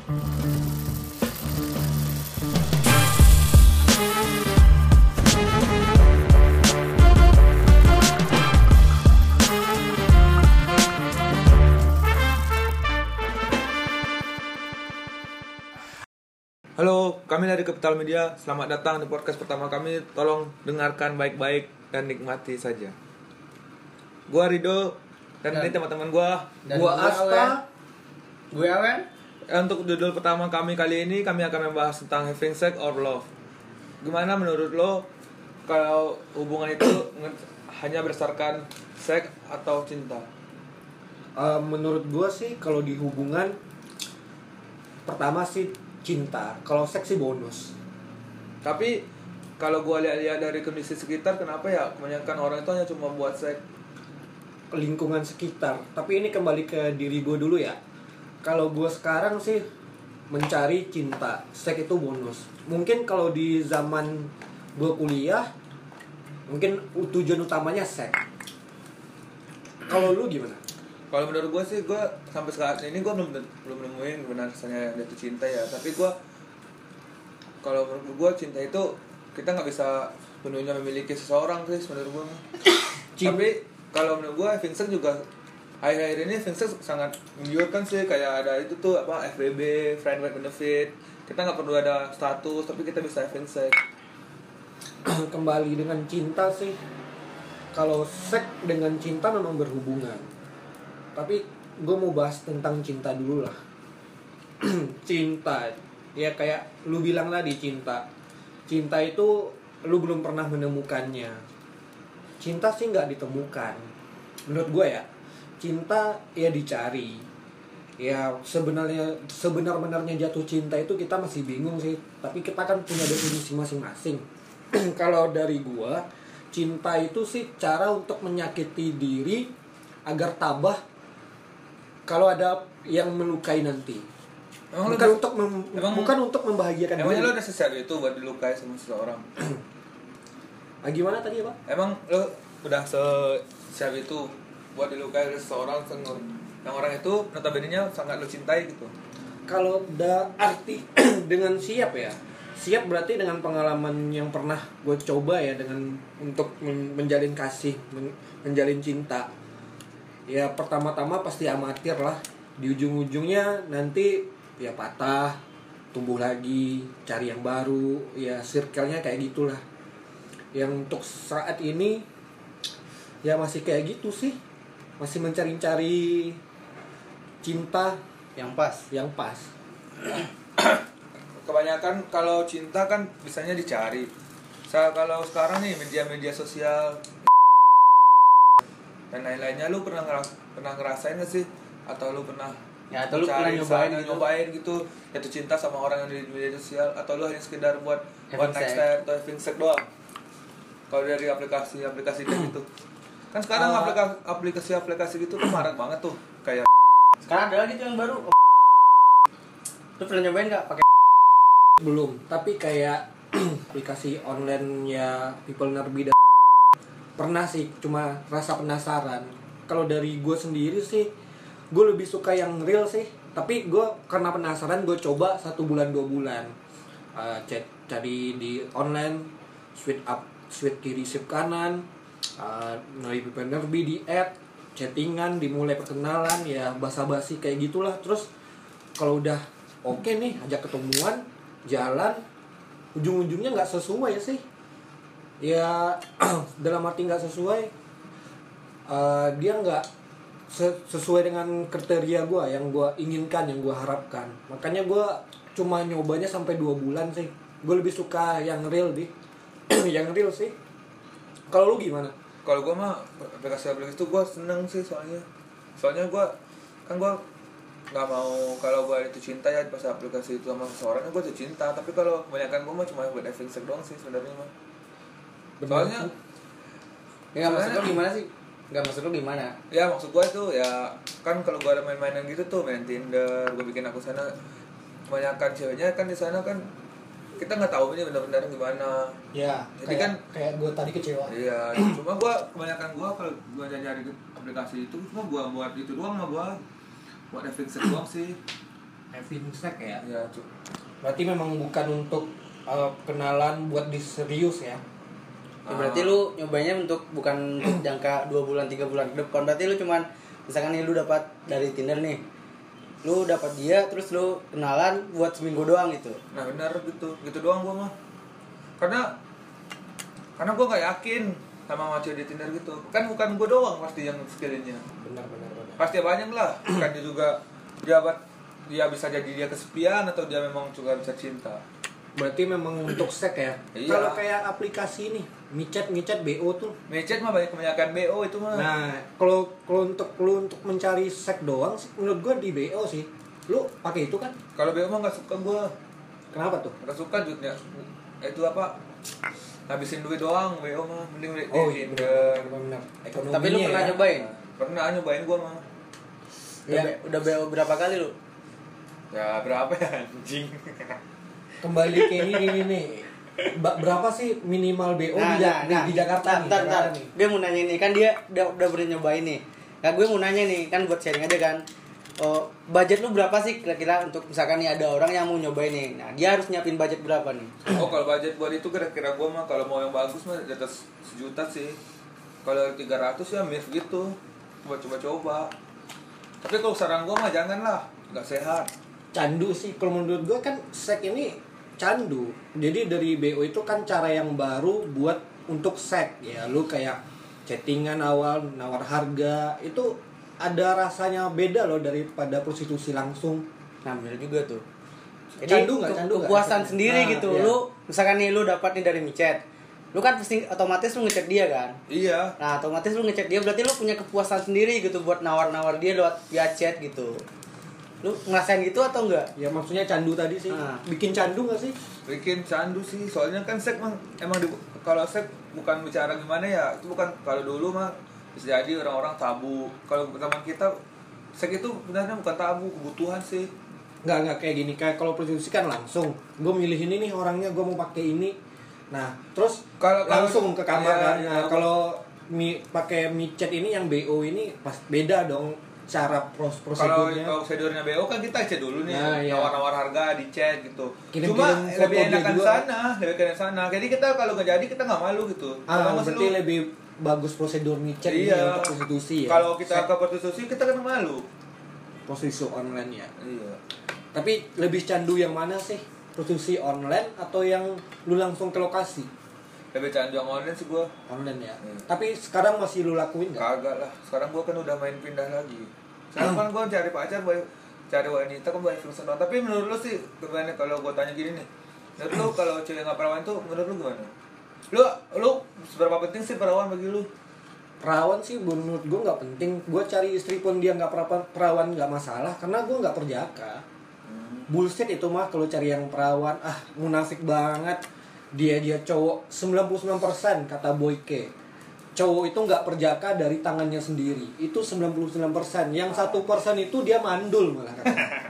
Halo, kami dari Capital Media. Selamat datang di podcast pertama kami. Tolong dengarkan baik-baik dan nikmati saja. Gua Rido dan ini teman-teman gua Asta. Gue Awen. Untuk judul pertama kami kali ini kami akan membahas tentang having sex or love. Gimana menurut lo kalau hubungan itu hanya berdasarkan seks atau cinta? Menurut gue sih kalau di hubungan pertama sih cinta, kalau seks sih bonus. Tapi kalau gua lihat dari kondisi sekitar, kenapa ya kebanyakan orang itu hanya cuma buat seks? Lingkungan sekitar. Tapi ini kembali ke diri gue dulu ya. Kalau gue sekarang sih mencari cinta, seks itu bonus. Mungkin kalau di zaman gue kuliah, mungkin tujuan utamanya seks. Kalau lu gimana? Kalau menurut gue sih, gue sampai saat ini gue belum nemuin benar rasanya jatuh cinta ya. Tapi gue, kalau menurut gue cinta itu kita nggak bisa penuhnya memiliki seseorang sih menurut gue. Tapi kalau menurut gue having sex juga akhir-akhir ini having sex sangat menggiurkan sih. Kayak ada itu tuh apa FBB, friend with benefit. Kita nggak perlu ada status, tapi kita bisa having sex. Kembali dengan cinta sih. Kalau seks dengan cinta memang berhubungan. Tapi gue mau bahas tentang cinta dulu lah. Cinta, ya kayak lu bilang tadi cinta. Cinta itu lu belum pernah menemukannya. Cinta sih nggak ditemukan. Menurut gue ya, cinta ya dicari. Ya sebenarnya jatuh cinta itu kita masih bingung sih. Tapi kita kan punya definisi masing-masing. Kalau dari gue, cinta itu sih cara untuk menyakiti diri agar tabah kalau ada yang melukai nanti. Bukan untuk membahagiakan diri. Emangnya lo udah sesiap itu buat dilukai sama seseorang? Gimana tadi Pak? Emang lo udah sesiap itu buat dilukai oleh seseorang yang orang itu notabene-nya sangat lo cintai gitu? Kalau arti dengan siap ya, siap berarti dengan pengalaman yang pernah gue coba ya, dengan untuk menjalin kasih, menjalin cinta. Ya pertama-tama pasti amatir lah. Di ujung-ujungnya nanti ya patah, tumbuh lagi, cari yang baru. Ya circle-nya kayak gitulah. Yang untuk saat ini ya masih kayak gitu sih. Masih mencari-cari cinta yang pas. Kebanyakan kalau cinta kan biasanya dicari. Kalau sekarang nih media-media sosial dan lain-lainnya, lu pernah ngerasain gak sih? Atau lu pernah nyobain gitu jatuh cinta sama orang yang di media sosial? Atau lu hanya sekedar buat one night stand atau having sex doang? Kalau dari aplikasi kayak gitu kan sekarang aplikasi gitu tuh marak banget tuh. Kayak sekarang ada lagi tuh yang baru. Lu pernah nyobain gak pakai? Belum, tapi kayak aplikasi online ya People Nerbi pernah sih, cuma rasa penasaran. Kalau dari gue sendiri sih, gue lebih suka yang real sih. Tapi gue karena penasaran, gue coba 1 bulan 2 bulan cari di online, swipe kiri swipe kanan, dari People Nerbi di add, chattingan, dimulai perkenalan, ya basa-basi kayak gitulah. Terus kalau udah oke nih, ajak ketemuan, jalan, ujung-ujungnya nggak sesuai sih. Ya dalam arti nggak sesuai, dia nggak sesuai dengan kriteria gue, yang gue inginkan, yang gue harapkan. Makanya gue cuma nyobanya sampai 2 bulan sih. Gue lebih suka yang real yang real sih. Kalau lu gimana? Kalau gue mah aplikasi itu gue seneng sih, soalnya gue nggak mau kalau gue itu cinta ya pas aplikasi itu sama seseorang, gue tuh cinta. Tapi kalau kebanyakan gue mah cuma buat having sex doang sih sebenarnya mah. Soalnya ya maksud lu gimana sih? Enggak, maksud lu gimana? Ya maksud gue itu ya kan kalau gue ada main-mainan gitu tuh, main Tinder, gue bikin akun sana. Kebanyakan ceweknya kan di sana kan kita nggak tahu ini benar-benar gimana. Ya. Jadi kayak gue tadi kecewa. Iya. Cuma gue kebanyakan kalau gue nyari aplikasi itu cuma gue buat itu doang, mah gue buat having sex doang sih. Having sex ya. Ya, Berarti memang bukan untuk kenalan buat serius ya. Ya, berarti lu nyobainnya bukan untuk jangka 2 bulan 3 bulan ke depan. Berarti lu cuman misalkan nih lu dapat dari Tinder nih. Lu dapat dia terus lu kenalan buat seminggu doang gitu. Nah benar gitu. Gitu doang gua mah. Karena gua nggak yakin sama cewek di Tinder gitu. Kan bukan gua doang pasti yang skillnya. Benar. Pasti banyak lah. Kan dia juga dia bisa jadi dia kesepian atau dia memang juga bisa cinta. Berarti memang untuk seks ya. Iya. Kalau kayak aplikasi nih, micet BO tuh. Mecet mah banyak kebanyakan BO itu mah. Nah, kalau untuk lu untuk mencari seks doang sih, menurut gua di BO sih. Lu pakai itu kan? Kalau BO mah nggak suka gua. Kenapa tuh? Nggak suka jutnya. Itu apa? Ngabisin duit doang BO mah. Mending Oh di iya Tinder. benar. Tapi lu pernah nyobain? Pernah nyobain gua mah. Udah BO berapa kali lu? Ya berapa ya anjing? Kembali ke ini nih. Berapa sih minimal BO di Jakarta nih? Bentar. Gue mau nanya nih, kan dia udah pernah nyobain nih. Nah, gue mau nanya nih, kan buat sharing aja kan. Oh, budget lu berapa sih kira-kira untuk misalkan nih ada orang yang mau nyobain nih. Nah, dia harus nyiapin budget berapa nih? Oh, kalau budget buat itu kira-kira gua mah kalau mau yang bagus mah di atas 1 juta sih. Kalau 300 ya MILF gitu. Buat coba-coba. Tapi kalau saran gua mah janganlah, enggak sehat. Candu sih. Kalau menurut gua kan seks ini candu. Jadi dari BO itu kan cara yang baru buat untuk seks ya. Lu kayak chattingan awal, nawar harga, itu ada rasanya beda loh daripada prostitusi langsung. Nah, bener juga tuh. Candu nggak? Kepuasan sendiri Nah, gitu. iya. Lu misalkan nih lu dapat nih dari micet. Lu kan pasti otomatis lu ngecek dia kan. Iya. Nah, otomatis lu ngecek dia berarti lu punya kepuasan sendiri gitu buat nawar-nawar dia lewat via chat gitu. Lu ngerasain gitu atau enggak? Ya maksudnya candu tadi sih. Bikin candu nggak sih? Bikin candu sih. Soalnya kan seks emang kalau seks bukan bicara gimana ya. Itu bukan kalau dulu mah bisa jadi orang-orang tabu. Kalau zaman kita seks itu sebenarnya bukan tabu, kebutuhan sih. Nggak kayak gini. Kayak kalau prostitusi kan langsung. Gue milih ini nih orangnya, gue mau pakai ini. Nah, terus Kalau langsung ke kamar iya, kan. iya. Nah, kalau pakai micet ini yang BO ini pas beda dong cara Kalau prosedurnya. prosedurnya BO kan kita chat dulu nih, Nah, iya. nawar-nawar harga di chat gitu. Kirim-kirim Cuma foto lebih dia enakan juga. lebih enakan sana. Jadi kita kalau nggak jadi kita nggak malu gitu. Kalau masih Berarti lu- lebih bagus prosedur micet ini Iya. untuk prostitusi ya. Kalau kita ke prostitusi kita kan malu. prostitusi online ya. Iya. Tapi lebih candu yang mana sih? Prostitusi online atau yang lu langsung ke lokasi? Lebih candu yang online sih gua. Online ya. Hmm. Tapi sekarang masih lu lakuin nggak? Kagak lah. Sekarang gua kan udah main pindah lagi. Sekarang kan gua cari pacar, cari wanita kan banyak film doang. Tapi menurut lu sih gimana kalau gua tanya gini nih? Menurut lu kalau cewek nggak perawan tuh menurut lu gimana? Lu seberapa penting sih perawan bagi lu? Perawan sih menurut gue nggak penting. Gue cari istri pun dia nggak perawan nggak masalah karena gue nggak perjaka. Bullshit itu mah kalau cari yang perawan, munafik banget. Dia cowok 99% kata Boyke. Cowok itu nggak perjaka dari tangannya sendiri. Itu 99%. Yang 1% itu dia mandul malah katanya.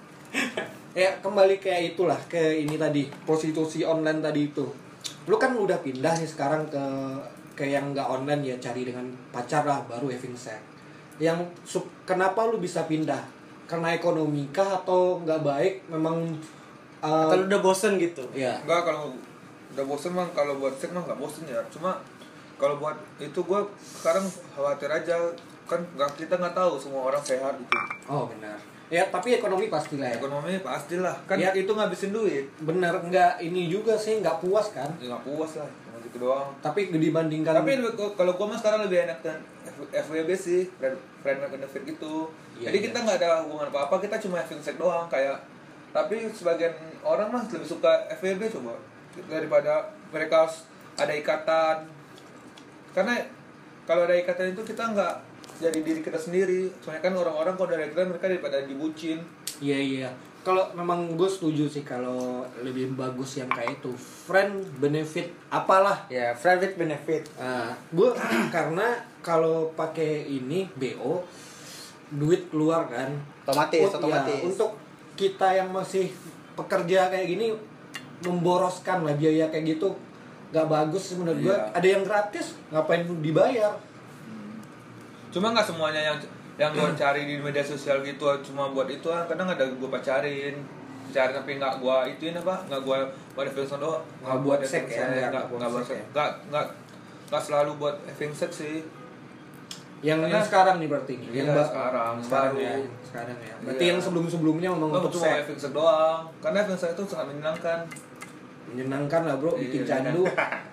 Ya kembali kayak itulah ke ini tadi, prostitusi online tadi itu. Lu kan udah pindah nih sekarang ke yang nggak online ya, cari dengan pacar lah baru having sex. Yang kenapa lu bisa pindah? Karena ekonomi kah atau nggak baik? Memang Atau lu udah bosen gitu? ya. Enggak, kalau udah bosen mah, kalau buat seks mah nggak bosen ya. Cuma kalau buat itu gue sekarang khawatir aja, kan kita nggak tahu semua orang sehat gitu. Oh benar. Ya tapi ekonomi pastilah ya. Ekonomi pastilah, kan Ya. itu ngabisin duit. Benar, nggak ini juga sih nggak puas kan. Ya nggak puas lah, cuma gitu doang. Tapi dibandingkan. Tapi kalau gue mah sekarang lebih enak dan FWB sih, friend benefit gitu. Iya, Jadi iya. kita nggak ada hubungan apa-apa, kita cuma having sex doang kayak. Tapi sebagian orang mah lebih suka FWB coba daripada mereka harus ada ikatan. Karena kalau ada ikatan itu kita nggak jadi diri kita sendiri. Soalnya kan orang-orang kalau ada ikatan mereka daripada dibucin. Iya. Kalau memang gue setuju sih kalau lebih bagus yang kayak itu. Friend benefit apalah. Ya, friend with benefit. Gue karena kalau pakai ini BO duit keluar kan. Otomatis. Ya, untuk kita yang masih pekerja kayak gini memboroskan lah biaya kayak gitu nggak bagus sih menurut gue. Iya. Ada yang gratis ngapain dibayar? Cuma nggak semuanya yang yang gue cari di media sosial gitu cuma buat itu kadang ada gue pacarin tapi nggak gue ituin nggak gue buat having doang nggak buat seks ya nggak selalu buat having sex sih yang sekarang nih berarti nih yang sekarang ya berarti yang sebelumnya memang untuk cuma having sex doang karena having sex itu sangat menyenangkan lah bro bikin candu.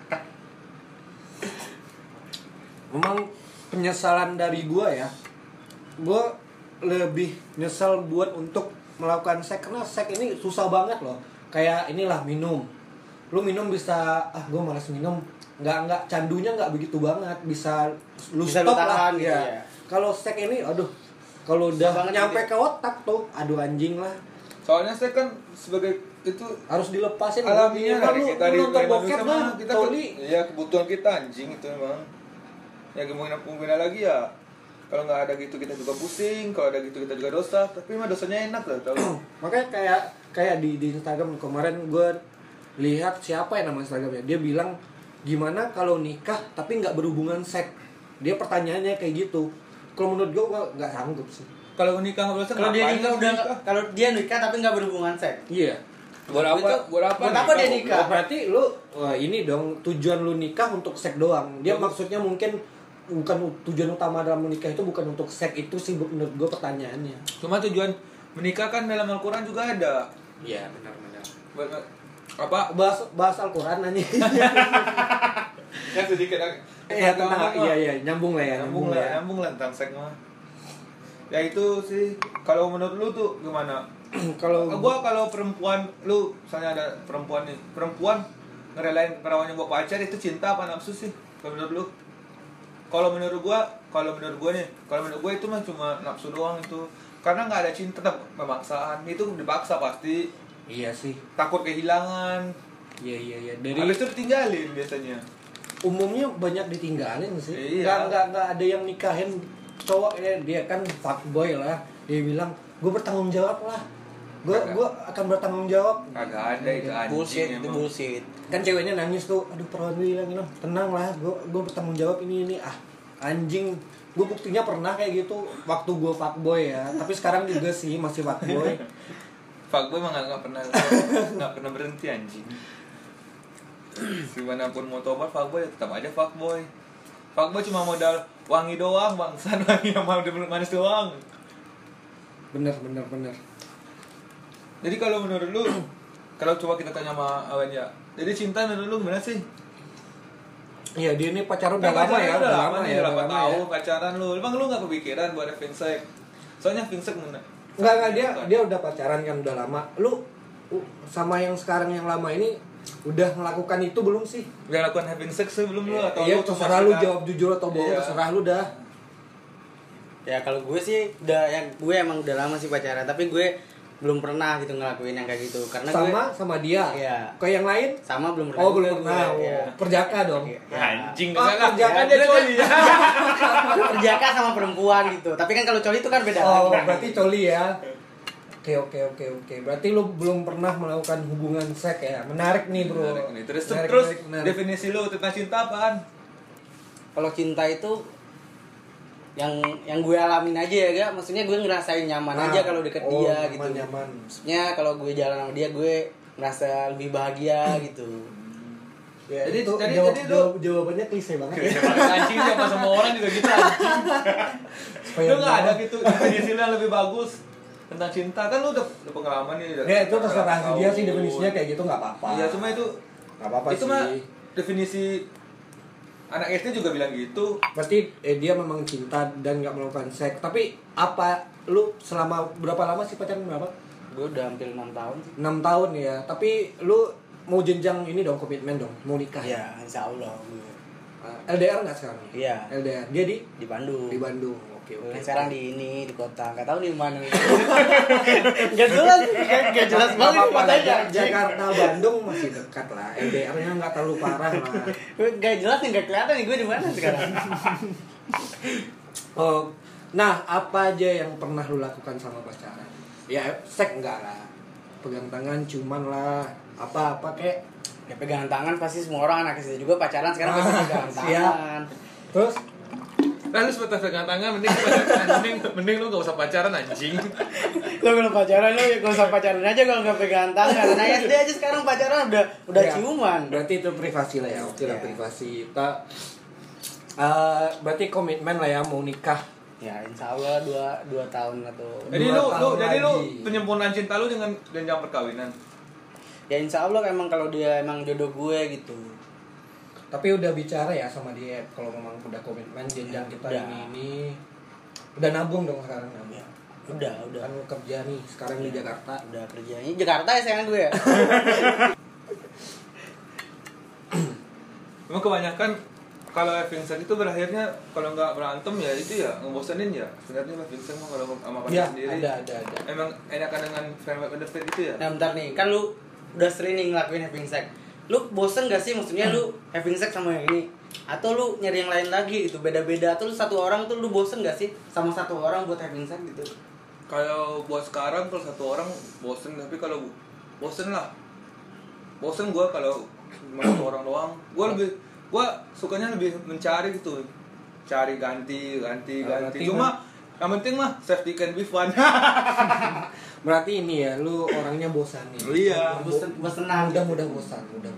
Memang penyesalan dari gue ya, gue lebih nyesal buat untuk melakukan seks karena seks ini susah banget loh. Kayak inilah minum, lu minum bisa gue malas minum, nggak candunya nggak begitu banget, bisa stop lah gitu ya. Kalau seks ini aduh kalau udah nyampe ke otak tuh aduh anjing lah. Soalnya seks kan sebagai itu harus dilepasin alaminya lu nonton bokep lah kita ya kebutuhan kita anjing itu emang ya kemungkinan lagi ya kalau nggak ada gitu kita juga pusing, kalau ada gitu kita juga dosa, tapi mah dosanya enak lah tau. Makanya kayak di Instagram kemarin gue lihat siapa ya nama Instagramnya, dia bilang gimana kalau nikah tapi nggak berhubungan seks, dia pertanyaannya kayak gitu. Kalau menurut gue nggak sanggup sih. Kalau nikah nggak boleh, kalau dia nikah tapi nggak berhubungan seks. Iya. Buat apa dia nikah? Berarti lu ini dong tujuan lu nikah untuk seks doang. Dia maksudnya mungkin bukan tujuan utama dalam menikah itu bukan untuk seks itu sih menurut gue pertanyaannya. Cuma tujuan menikah kan dalam Al-Quran juga ada. Iya benar. Apa bahas Al-Quran nanya. Kan sedikit ya tentang iya nyambung lah tentang seks mah. Ya itu sih kalau menurut lu tuh gimana? Kalau perempuan lu misalnya ada perempuan ngerelain perawannya buat pacar itu cinta apa nafsu sih kalau menurut lu? Kalau menurut gua itu mah cuma nafsu doang itu. Karena nggak ada cinta pemaksaan, itu dipaksa pasti. Iya sih. Takut kehilangan. Iya. Habis itu ditinggalin biasanya. Umumnya banyak ditinggalin sih. Iya. Nggak ada yang nikahin cowok dia kan fuckboy lah. Dia bilang, "Gue bertanggung jawab lah. Gue akan bertanggung jawab." Kagak ada itu anjing. Bullshit. Kan ceweknya nangis tuh, "Aduh, perawan gue bilang, tenang lah, gue bertanggung jawab ini." Anjing. Gue buktinya pernah kayak gitu waktu gue fuckboy ya. Tapi sekarang juga sih masih fuckboy. Fuckboy mah nggak pernah berhenti anjing. Dimanapun mau tobat fuckboy tetap aja fuckboy. Fuckboy cuma modal wangi doang, bangsan wangi sama manis doang. Bener. Jadi kalau menurut lu, kalau coba kita tanya sama Awen ya, jadi cinta menurut lu gimana sih? Iya, dia ini pacaran udah lama ya. Udah lama nih, 8 tahun pacaran lu. Emang lu gak kepikiran buat having sex? Soalnya having sex Enggak, dia udah pacaran kan udah lama. Lu sama yang sekarang yang lama ini udah melakukan itu belum sih? Udah lakukan having sex sebelum lu atau iya, lu terserah lu jawab jujur atau bohong, terserah lu dah. Ya kalau gue sih gue emang udah lama sih pacaran, tapi gue belum pernah gitu ngelakuin yang kayak gitu karena sama dia. Iya. Kayak yang lain? Sama belum pernah. Oh, belum pernah. Ya. Perjaka dong. Ya. Anjing perjaka dia coli. Perjaka sama perempuan gitu. Tapi kan kalau coli itu kan beda lagi. lagi. Berarti coli ya. Oke. Berarti lu belum pernah melakukan hubungan seks ya. Menarik nih, Bro. Terus menarik. Definisi lu tentang cinta apaan? Kalau cinta itu yang gue alamin aja ya, maksudnya gue ngerasain nyaman aja kalau deket dia gitu. Nyaman. Maksudnya kalau gue jalan sama dia gue ngerasa lebih bahagia gitu. Ya, jadi jawabannya klise banget ya. Anjing sama semua orang juga gitu anjing. Lu enggak ada gitu definisi yang lebih bagus tentang cinta kan lu udah pengalaman nih. Ya itu terserah dia sih definisinya kayak gitu enggak apa-apa. Iya, cuma itu enggak apa-apa sih. Itu mah definisi anak SD juga bilang gitu. Berarti dia memang cinta dan nggak melakukan seks. Tapi apa lu selama berapa lama sih pacaran berapa? Gue udah hampir 6 tahun sih. 6 tahun ya. Tapi lu mau jenjang ini dong, komitmen dong, mau nikah. Iya, insya Allah. LDR nggak sekarang? Iya. LDR. Dia di Bandung. Di Bandung. Oke. Sekarang di kota. Nggak tahu di mana. Nggak jelas banget kotanya. Jakarta Bandung masih dekat lah. LDR-nya nggak terlalu parah lah. Nggak jelas nih, nggak kelihatan nih gue di mana sekarang. Oh, nah apa aja yang pernah lu lakukan sama pacaran? Ya seks enggak lah. Pegang tangan, ciuman lah. Apa kayak ya pegangan tangan pasti semua orang anak SD juga pacaran sekarang pasti pegangan tangan. Terus Lalu sebatas pegang tangan mending lu enggak usah pacaran anjing. Lo kalau pacaran lo gak usah pacaran aja kalau nggak pegangan tangan. Nah SD aja sekarang pacaran udah Ya, ciuman. berarti itu privasi lah ya, oke lah Ya. privasi. Berarti komitmen lah ya mau nikah. Ya insya Allah 2 tahun atau Jadi 2 tahun lu lagi. penyempurnaan cinta lu dengan jenjang perkawinan. ya insya Allah emang kalau dia emang jodoh gue gitu. Tapi udah bicara ya sama dia kalau memang udah komitmen jenjang kita Udah. ini udah nabung dong sekarang nabung. Ya, udah Kan lu kerja nih sekarang di Jakarta. udah kerjanya Jakarta ya sayang gue ya. Emang kebanyakan kalau having sex itu berakhirnya kalau nggak berantem ya itu ya ngebosenin ya. Sebenarnya having sex mah kalau sama pacar Iya, sendiri. ada. Emang enakan dengan friend with benefit itu ya. Nah bentar nih, kan lu udah sering nih ngelakuin having sex. Lu bosen gak sih maksudnya lu having sex sama yang ini? Atau lu nyari yang lain lagi itu beda-beda? Atau lu satu orang tuh lu bosen gak sih sama satu orang buat having sex gitu? Kalau buat sekarang kalau satu orang bosen, tapi kalau bosen lah. Bosen gue kalau cuma satu orang doang. Gue sukanya lebih mencari gitu. Cari ganti. Berarti Cuma yang penting mah safety can be fun. Berarti ini ya lu orangnya bosan nih. Iya. Bosenan. Mudah bosan.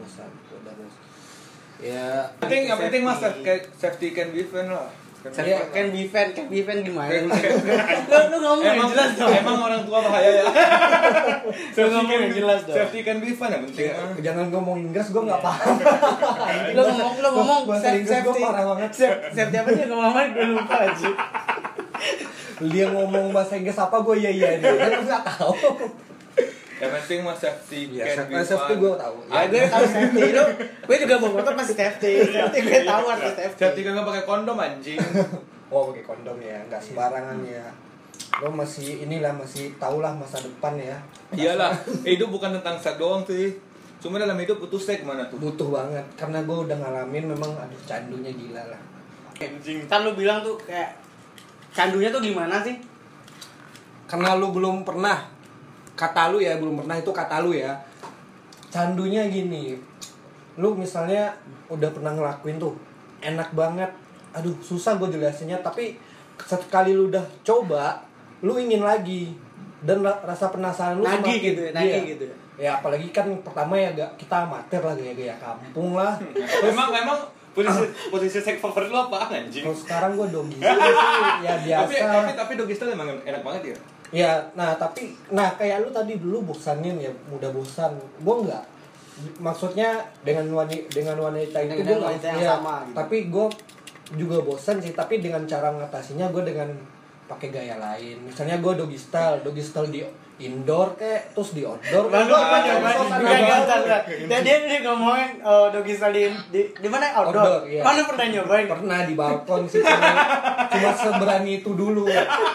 Ya, Yang penting mah safety can be fun lah. Can be fan gimana? Lu ngomong yang jelas dong. Emang orang tua bahaya ya. Lu ngomong yang jelas dong. Safety can be fun yang penting. jangan ngomong Inggris gue nggak paham. Lu ngomong bahasa Inggris gue parah banget. Safety apa dia ngomong gue lupa aja. Dia ngomong bahasa Inggris apa gue iya dia kan nggak tahu. Yang penting mah safety can be Safety fun. gue tahu. Ah, gue tahu safety lu. Gue juga bawa motor pasti safety. Safety gue tahu arti safety. Safety kan nggak pakai kondom anjing. Oh pakai kondom ya, nggak sembarangan ya. Lo masih tahu lah masa depan ya. Iyalah, hidup bukan tentang seks doang sih. Cuma dalam hidup butuh seks mana tuh? Butuh banget karena gue udah ngalamin memang aduh candunya gila lah. Anjing. Kan lu bilang tuh kayak candunya tuh gimana sih? Karena lu belum pernah, kata lu ya belum pernah itu kata lu ya. Candunya gini, lu misalnya udah pernah ngelakuin tuh, enak banget. Aduh susah gue jelasinnya, tapi sekali lu udah coba, lu ingin lagi dan rasa penasaran lu Nagih semakin gitu ya, nagih iya. gitu ya. Ya apalagi kan pertama ya kita amatir lah gaya kampung lah. Emang posisi seks favorit lo apa anjing? Kalau sekarang gue doggy style sih ya biasa. Tapi doggy style emang enak banget ya. Ya, tapi kayak lu tadi dulu bosanin ya, mudah bosan. Gue enggak. Maksudnya dengan wanita itu Dengan gue wanita yang ya, sama gitu. Tapi gue juga bosan sih, tapi dengan cara mengatasinya gue dengan pakai gaya lain. Misalnya gue doggy style di indoor kayak terus di outdoor. Lalu apa nyobain? Enggak. Dia ngomongin doggy style di mana outdoor? Iya. Mana pernah nyobain? Pernah di balkon sih cuma seberani itu dulu.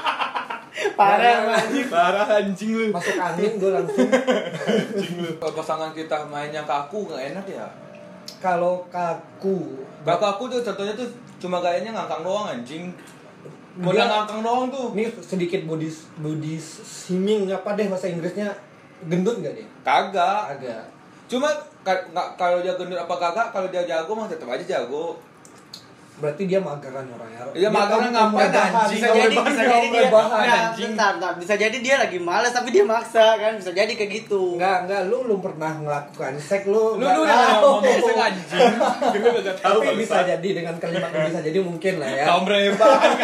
Parah Anjing lu. Masuk angin gue langsung. Kalau pasangan kita main yang kaku nggak enak ya. Kalau kaku Kaku tuh contohnya tuh cuma gayanya ngangkang doang anjing. Modal ngangkang doang tuh. ini sedikit body shaming apa deh bahasa Inggrisnya, gendut nggak dia? Kagak. Agak. Cuma kalau dia gendut apa kagak, kalau dia jago mah tetap aja jago. Berarti dia mageran orangnya. Iya, mageran ngapain, anjing? Bisa jadi dia anjing. bentar. Bisa jadi dia lagi malas tapi dia maksa kan, bisa jadi kayak gitu. Enggak, lu belum pernah melakukan seks lu. Lu nggak udah tahu. ngomong seks anjing. Gue enggak tahu. Tapi bisa jadi dengan kalimat yang bisa jadi mungkin lah ya. Kambre banget.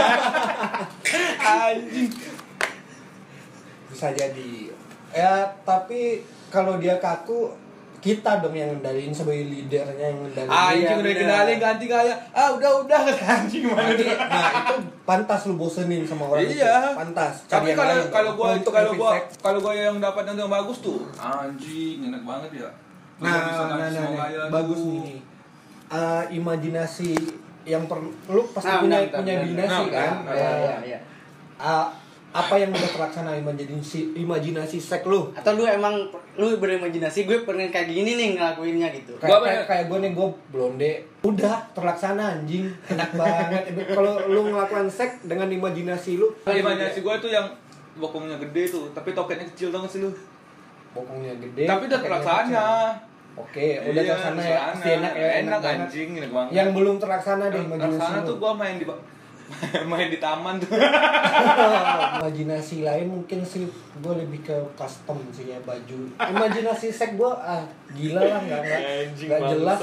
Anjing. Bisa jadi. Ya, tapi kalau dia kaku kita dong yang ngendaliin sebagai leadernya yang ngendaliin. Anjing udah kenalin ganti gaya. Udah anjing mana Nanti, nah itu pantas lu bosenin sama orang itu. Iya. Pantas. Tapi Cari yang lain kalau dong. Untuk having sex. gua yang dapat yang bagus tuh. Anjing enak banget ya. Bagus nih. Imajinasi yang lu pasti punya imajinasi kan. Iya. Apa yang udah terlaksana imajinasi seks lu? Atau lu emang berimajinasi gue pengen kayak gini nih ngelakuinnya gitu. Kayak gue nih, gue blonde, udah terlaksana anjing, enak banget. Kalau lu ngelakukan seks dengan imajinasi lu, Imajinasi gua tuh yang bokongnya gede tuh, tapi toketnya kecil tau gak sih lu? bokongnya gede. Tapi udah toketnya terlaksana. kecil. Oke, udah Iya, terlaksana ya. Pasti enak ya, enak banget. anjing, enak banget. Yang belum terlaksana deh imajinasi Terlaksana lu. tuh gua main di Main di taman tuh. Imajinasi lain mungkin sih gue lebih ke custom sih ya baju. Imajinasi seks gue gila lah nggak jelas.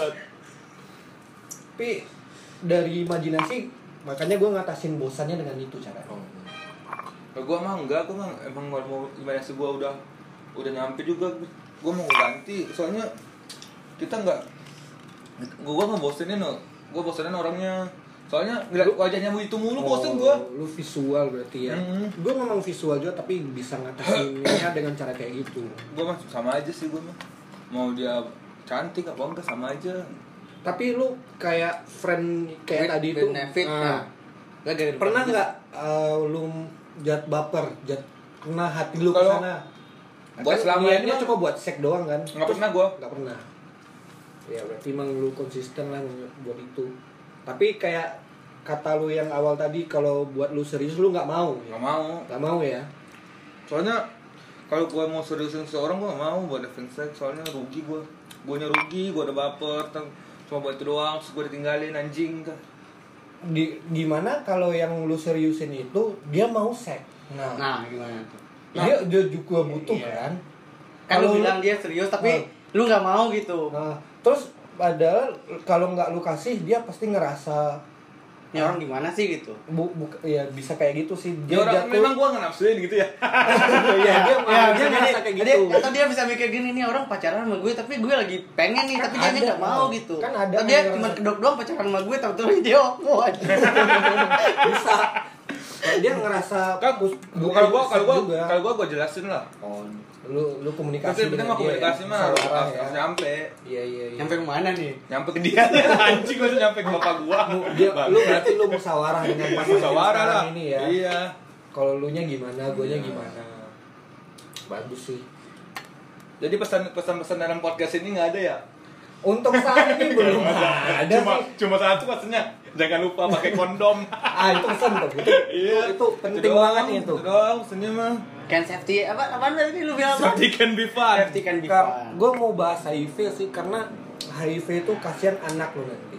Tapi dari imajinasi makanya gue ngatasin bosannya dengan itu caranya. Gue mah enggak, gue mah emang mau imajinasi gue udah nyampe juga. Gue mau ganti, soalnya kita nggak, gue ngebosenin loh. Gue bosenin orangnya. Soalnya ngeliat wajahnya itu mulu bosen gue. Lu visual berarti ya. Gue memang visual juga tapi bisa ngatasinnya dengan cara kayak gitu. Gue mah sama aja sih gue mah. Mau dia cantik apa enggak sama aja. Tapi lu kayak friend kayak With tadi itu benefit, pernah nggak lu jat baper, kena hati lu Kalau kesana? buat selama ini niatnya mah- cuma buat seks doang kan? Nggak pernah gua. Nggak pernah. Ya berarti emang lu konsisten lah buat itu. Tapi kayak kata lu yang awal tadi kalau buat lu serius lu nggak mau. Nggak mau. Nggak mau ya? Soalnya kalau gue mau seriusin seseorang gue nggak mau buat defense sex, soalnya rugi gue. Gue rugi, gue udah baper, cuma buat itu doang, terus gue ditinggalin anjing kan. Gimana kalau yang lu seriusin itu dia mau seks? Nah, gimana tuh? Dia juga butuh kan? Kan Kalau lu bilang dia serius tapi lu nggak mau gitu. Nah, terus padahal kalau nggak lu kasih dia pasti ngerasa Ini orang gimana sih gitu? ya bisa kayak gitu sih Dia orang memang gue nggak nafsuin gitu ya. ya dia Dia ngerasa kayak gitu atau dia bisa mikir gini nih orang pacaran sama gue tapi gue lagi pengen nih tapi dia ada, nggak mau gitu. kan ada Tapi dia yang cuma ngerasa- kedok doang pacaran sama gue tapi terus dia mau aja. bisa. Dia ngerasa Kan kalau gue jelasin lah. oh, lu komunikasi Tapi penting mah komunikasi mah harus nyampe. iya Nyampe kemana nih? Nyampe ke dia. Anjing gue nyampe ke bapak gua. lu berarti lu musyawarah dengan pasangan Musyawarah lah. ini ya Iya. kalau lu nya gimana gue nya gimana bagus sih. Jadi pesan-pesan dalam podcast ini nggak ada ya? Untuk saat ini belum ada sih. Cuma satu pesannya, jangan lupa pakai kondom. Itu pesan tuh. Itu penting banget itu. Itu doang pesannya mah. Can safety apaan tadi lu bilang apa? Safety can be fun. Safety can be fun. Gue mau bahas HIV sih karena HIV itu kasihan anak lo nanti.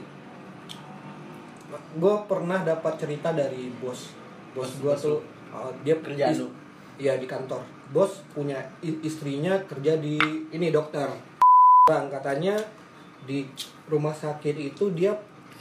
Gue pernah dapat cerita dari bos gue tuh dia Kerjaan lu? Iya di kantor. Bos punya istrinya kerja di ini dokter. Katanya di rumah sakit itu dia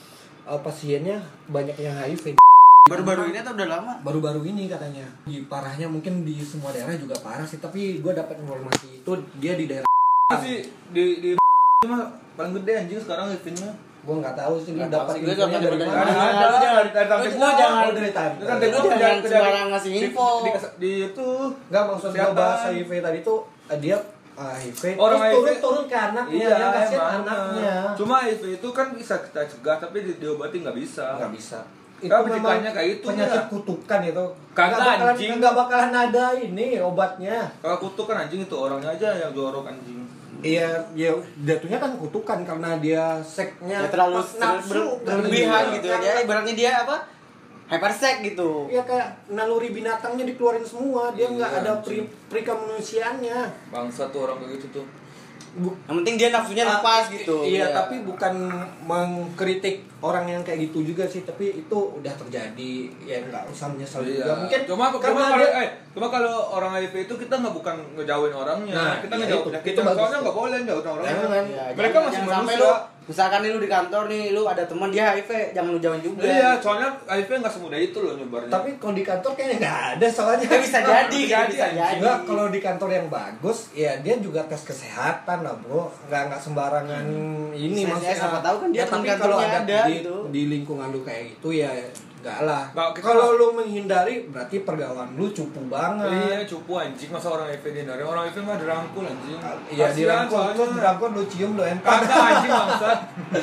pasiennya banyak yang HIV. Baru-baru ini atau udah lama? Baru-baru ini katanya. Di parahnya mungkin di semua daerah juga parah sih, tapi gue dapat informasi itu dia di daerah Sih di mah paling gede anjing sekarang HIV-nya. gue nggak tahu sih lu Nggak dapat tahu sih, gue infonya dapat dari dari mana. mana. Dari tante Lu gua. jangan- Oh, dari tante. Tante Lu gua jangan ke- sembarang ngasih info. Di itu Nggak maksud gue Kesehatan. bahas HIV tadi tuh dia HIV Orang terus HIV turun ke anaknya iya, yang kasihan emang. anaknya Cuma HIV itu kan bisa kita cegah tapi diobati nggak bisa. nggak bisa itu Kan memang pencegahannya kayak itu, penyakit ya. kutukan itu Kagak, bakalan anjing. nggak bakalan ada ini obatnya. Kalau kutuk kan anjing itu orangnya aja yang jorok anjing. Iya, ya jatuhnya kan kutukan karena dia seksnya Ya terlalu nafsu berlebihan Iya. gitu ya. Dia ibaratnya dia apa? Hypersex gitu. Iya kayak naluri binatangnya dikeluarin semua, dia nggak Iya, ada anjing. perikemanusiaannya. Bangsa tuh orang kayak gitu tuh. Yang penting dia nafsunya lepas gitu. Iya, tapi bukan mengkritik orang yang kayak gitu juga sih, tapi itu udah terjadi, ya nggak usah menyesal juga. Mungkin cuma karena kalau dia- cuma kalau orang HIV itu kita nggak bukan ngejauhin orangnya, Nah, kita iya, ngejauhin itu penyakitnya. bagus Soalnya tuh. nggak boleh ngejauhin orangnya. Jangan. Ya, Mereka jangan- masih jangan sampai manusia. lu misalkan nih lu di kantor nih lu ada teman dia HIV jangan lu jauhin juga. Iya, soalnya HIV nggak semudah itu loh nyebarnya. tapi kalau di kantor kayaknya nggak ada soalnya. Ya, bisa jadi, Bisa bisa jadi. jadi. Enggak, kalau di kantor yang bagus, ya dia juga tes kesehatan lah bro, nggak sembarangan ini Bisa, maksudnya. siapa tahu kan dia teman tapi kantornya kalau ada di, gitu. di lingkungan lu kayak gitu ya enggak lah. Nggak, kita- Kalau lu menghindari berarti pergaulan lu cupu banget. Iya, cupu anjing masa orang HIV dihindari. Orang HIV mah dirangkul anjing. Iya Kasihan dirangkul, soalnya. terus dirangkul lu cium lu empat. Kagak anjing bangsa.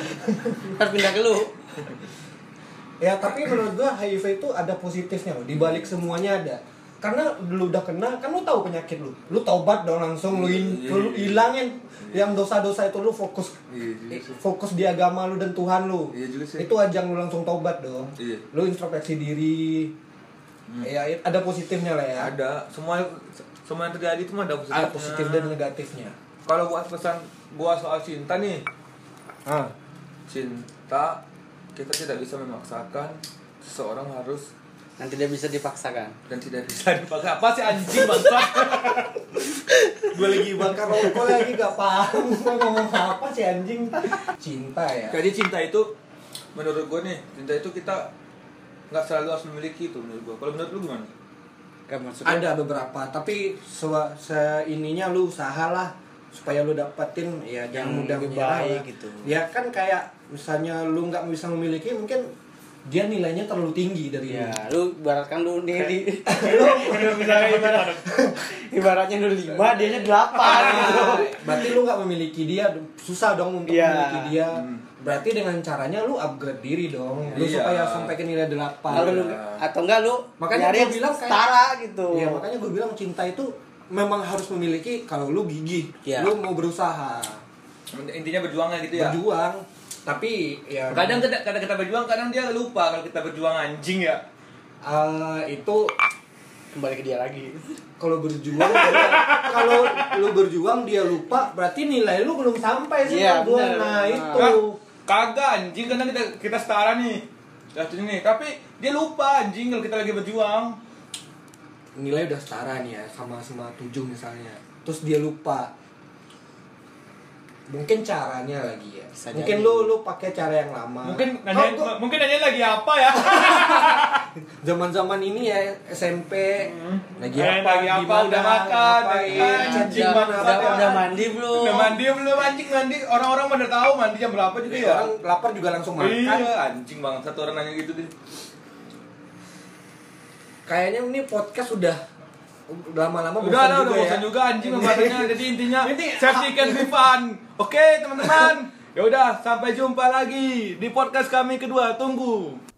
Harus pindah ke lu. Ya tapi menurut gua HIV itu ada positifnya loh, dibalik semuanya ada. Karena lu udah kena, kan lu tahu penyakit lu taubat dong langsung lu hilangin yang dosa-dosa itu lu fokus Iya, juga sih. fokus di agama lu dan Tuhan lu. Iya juga sih. Itu ajang lu langsung taubat dong. Iya. Lu introspeksi diri. Ya ada positifnya lah ya. Ada semua yang terjadi itu mah ada positifnya. Ada positif dan negatifnya. Kalau buat pesan gua soal cinta nih, Ah, cinta kita tidak bisa memaksakan seseorang harus Nanti dia bisa dipaksakan. dan tidak bisa dipaksa. Apa sih anjing bangsat? Gue lagi bakar rokok lagi gak paham gue ngomong apa sih anjing. Cinta ya. Jadi cinta itu menurut gue nih, cinta itu kita nggak selalu harus memiliki itu menurut gue. Kalau menurut lu gimana? Kan maksudnya Ada beberapa, tapi seininya lu usahalah supaya lu dapetin ya jangan mudah lebih menyerah baik lah. gitu. Ya kan kayak misalnya lu nggak bisa memiliki, mungkin dia nilainya terlalu tinggi dari ya, lu. lu ibaratkan lu nih lu misalnya ibaratnya lu 5, dianya 8 gitu. Berarti lu nggak memiliki dia, susah dong untuk Iya. memiliki dia. Berarti dengan caranya lu upgrade diri dong. Lu Iya. supaya sampai ke nilai 8. Kalau lu atau enggak lu Makanya nyari gua bilang kayak- setara gitu. Iya, makanya gue bilang cinta itu memang harus memiliki kalau lu gigih. Iya. Lu mau berusaha, Intinya berjuangnya gitu ya. berjuang. Tapi ya Kadang kita berjuang, kadang dia lupa kalau kita berjuang anjing ya. itu Kembali ke dia lagi. kalau berjuang kalau lu berjuang dia lupa, berarti nilai lu belum sampai sih Iya, ke gua. bener. Nah, itu. Nah, kagak anjing, karena kita setara nih. Nih, tapi dia lupa anjing kalau kita lagi berjuang. Nilai udah setara nih ya, sama 7 misalnya. Terus dia lupa. Mungkin caranya lagi ya. Bisa Mungkin jadi. lu pakai cara yang lama. Mungkin nanya lagi apa ya? Zaman-zaman ini ya SMP lagi apa? Lagi apa? Gimana, Udah makan, ngapain, anjing jam banget. berapa? Udah mandi belum? Udah mandi belum anjing mandi? Orang-orang pada tahu mandi jam berapa juga ya? Orang lapar juga langsung makan. Iya, anjing banget satu orang nanya gitu deh. Kayaknya ini podcast udah lama-lama Udah lah, udah ya. bosan juga anjing pembahasannya. Jadi intinya Ini- safety can be fun. Oke, teman-teman. Ya udah, sampai jumpa lagi di podcast kami kedua. Tunggu.